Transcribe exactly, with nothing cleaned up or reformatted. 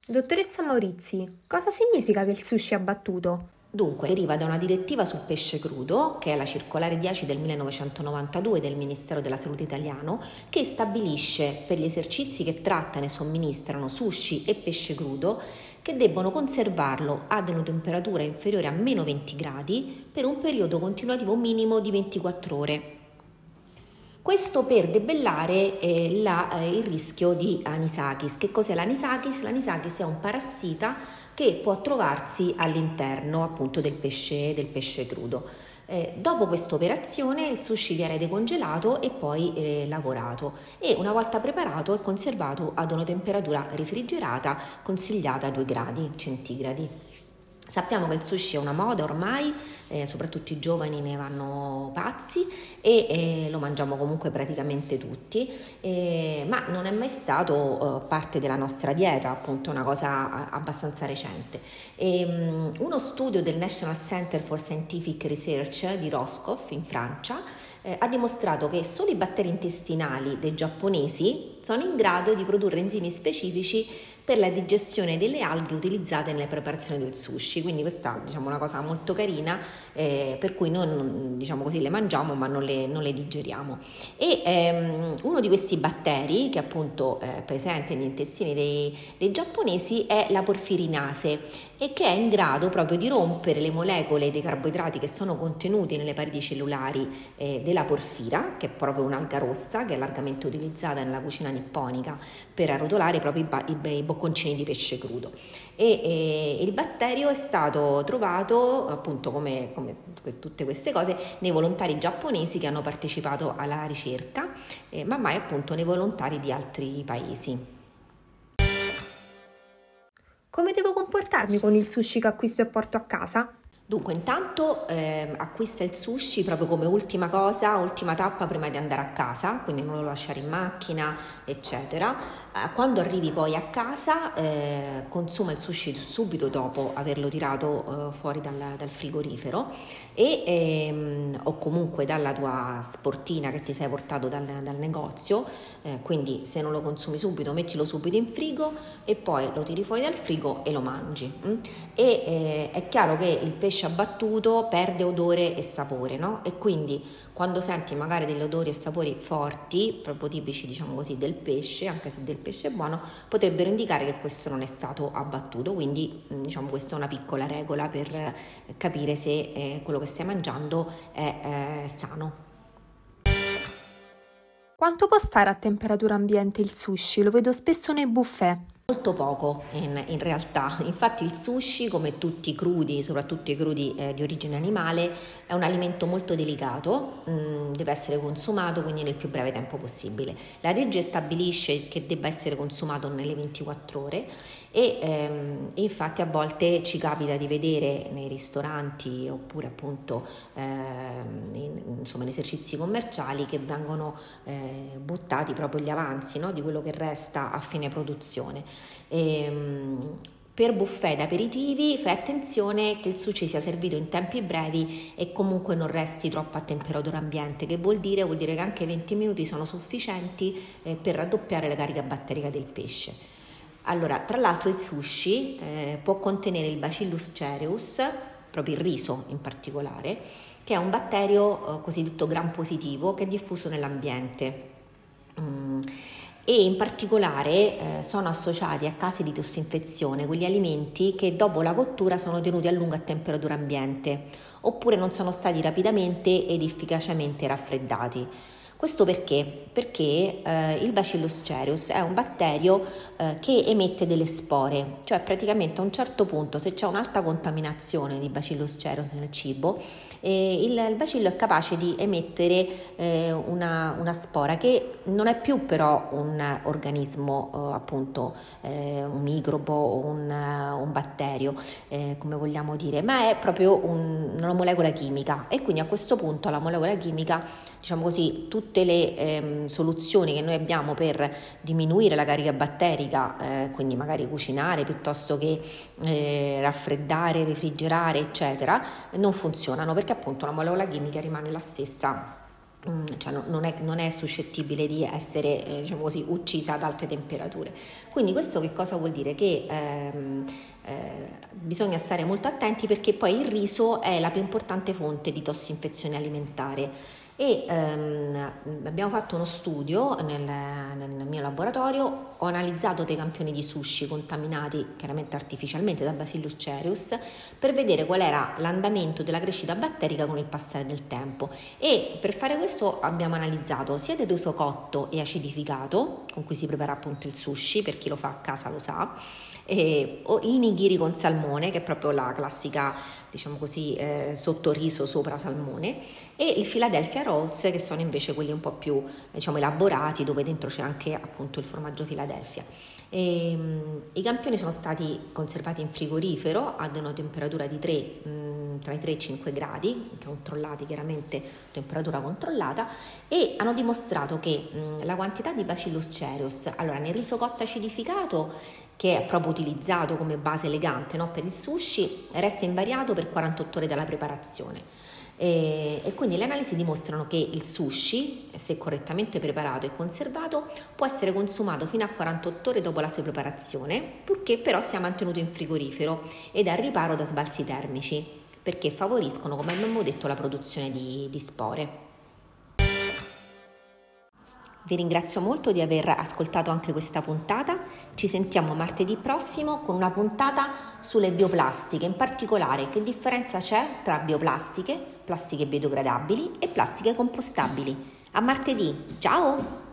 Dottoressa Maurizi, cosa significa che il sushi è abbattuto? Dunque, deriva da una direttiva sul pesce crudo, che è la circolare dieci del millenovecentonovantadue del Ministero della Salute italiano, che stabilisce per gli esercizi che trattano e somministrano sushi e pesce crudo che debbono conservarlo ad una temperatura inferiore a meno venti gradi per un periodo continuativo minimo di ventiquattro ore. Questo per debellare eh, la, eh, il rischio di anisakis. Che cos'è l'anisakis? L'anisakis è un parassita che può trovarsi all'interno appunto del pesce, del pesce crudo. Eh, dopo questa operazione il sushi viene decongelato e poi eh, lavorato e una volta preparato è conservato ad una temperatura refrigerata consigliata a due gradi centigradi. Sappiamo che il sushi è una moda ormai, eh, soprattutto i giovani ne vanno pazzi e eh, lo mangiamo comunque praticamente tutti, eh, ma non è mai stato eh, parte della nostra dieta, appunto una cosa abbastanza recente. E, um, uno studio del National Center for Scientific Research di Roscoff in Francia eh, ha dimostrato che solo i batteri intestinali dei giapponesi sono in grado di produrre enzimi specifici per la digestione delle alghe utilizzate nelle preparazioni del sushi, quindi questa diciamo una cosa molto carina, eh, per cui noi diciamo così le mangiamo ma non le, non le digeriamo. E ehm, uno di questi batteri che appunto è presente negli intestini dei, dei giapponesi è la porfirinase e che è in grado proprio di rompere le molecole dei carboidrati che sono contenuti nelle pareti cellulari eh, della porfira, che è proprio un'alga rossa che è largamente utilizzata nella cucina nipponica per arrotolare proprio i, ba- i, i bocconcini di pesce crudo. E, e il batterio è stato trovato appunto come, come tutte queste cose nei volontari giapponesi che hanno partecipato alla ricerca, eh, ma mai appunto nei volontari di altri paesi. Come devo comportarmi con il sushi che acquisto e porto a casa? Dunque, intanto eh, acquista il sushi proprio come ultima cosa, ultima tappa prima di andare a casa, quindi non lo lasciare in macchina, eccetera. Eh, quando arrivi poi a casa, eh, consuma il sushi subito dopo averlo tirato eh, fuori dal, dal frigorifero e, ehm, o comunque dalla tua sportina che ti sei portato dal, dal negozio, eh, quindi se non lo consumi subito, mettilo subito in frigo e poi lo tiri fuori dal frigo e lo mangi. Mm? E eh, è chiaro che il pesce abbattuto perde odore e sapore, no? E quindi quando senti magari degli odori e sapori forti, proprio tipici diciamo così del pesce, anche se del pesce è buono, potrebbero indicare che questo non è stato abbattuto, quindi diciamo questa è una piccola regola per capire se eh, quello che stai mangiando è eh, sano. Quanto può stare a temperatura ambiente il sushi? Lo vedo spesso nei buffet. Molto poco in, in realtà, infatti il sushi come tutti i crudi, soprattutto i crudi eh, di origine animale, è un alimento molto delicato, mh, deve essere consumato quindi nel più breve tempo possibile. La legge stabilisce che debba essere consumato nelle ventiquattro ore e ehm, infatti a volte ci capita di vedere nei ristoranti oppure appunto ehm, in, insomma in esercizi commerciali che vengono eh, buttati proprio gli avanzi, no, di quello che resta a fine produzione. Ehm, per buffet ed aperitivi fai attenzione che il sushi sia servito in tempi brevi e comunque non resti troppo a temperatura ambiente, che vuol dire? Vuol dire che anche venti minuti sono sufficienti eh, per raddoppiare la carica batterica del pesce. Allora, tra l'altro il sushi eh, può contenere il Bacillus cereus, proprio il riso in particolare, che è un batterio eh, cosiddetto gram positivo che è diffuso nell'ambiente. Mm. E in particolare eh, sono associati a casi di tossinfezione quegli alimenti che dopo la cottura sono tenuti a lungo a temperatura ambiente oppure non sono stati rapidamente ed efficacemente raffreddati. Questo perché? Perché eh, il Bacillus cereus è un batterio eh, che emette delle spore, cioè praticamente a un certo punto se c'è un'alta contaminazione di Bacillus cereus nel cibo, eh, il, il bacillo è capace di emettere eh, una, una spora che non è più però un organismo eh, appunto eh, un microbo o un, un batterio eh, come vogliamo dire, ma è proprio un, una molecola chimica e quindi a questo punto la molecola chimica, diciamo così, tutte le ehm, soluzioni che noi abbiamo per diminuire la carica batterica, eh, quindi magari cucinare piuttosto che eh, raffreddare, refrigerare eccetera, non funzionano perché appunto la molecola chimica rimane la stessa cioè non è, non è suscettibile di essere eh, diciamo così, uccisa ad alte temperature. Quindi questo che cosa vuol dire? Che ehm, eh, bisogna stare molto attenti, perché poi il riso è la più importante fonte di tossinfezione alimentare. E ehm, abbiamo fatto uno studio nel, nel mio laboratorio, ho analizzato dei campioni di sushi contaminati chiaramente artificialmente da Bacillus cereus per vedere qual era l'andamento della crescita batterica con il passare del tempo, e per fare questo abbiamo analizzato sia del riso cotto e acidificato con cui si prepara appunto il sushi, per chi lo fa a casa lo sa, e, o i nigiri con salmone, che è proprio la classica, diciamo così, eh, sottoriso sopra salmone, e il Philadelphia Rolls, che sono invece quelli un po' più, diciamo, elaborati, dove dentro c'è anche appunto il formaggio Philadelphia. E, um, i campioni sono stati conservati in frigorifero ad una temperatura di tre, um, tra i tre e i cinque gradi, controllati chiaramente, temperatura controllata, e hanno dimostrato che um, la quantità di Bacillus cereus, allora nel riso cotto acidificato, che è proprio utilizzato come base elegante, no, per il sushi, resta invariato per quarantotto ore dalla preparazione. E, e quindi le analisi dimostrano che il sushi, se correttamente preparato e conservato, può essere consumato fino a quarantotto ore dopo la sua preparazione, purché però sia mantenuto in frigorifero ed al riparo da sbalzi termici, perché favoriscono, come abbiamo detto, la produzione di, di spore. Vi ringrazio molto di aver ascoltato anche questa puntata. Ci sentiamo martedì prossimo con una puntata sulle bioplastiche, in particolare che differenza c'è tra bioplastiche, plastiche biodegradabili e plastiche compostabili. A martedì, ciao!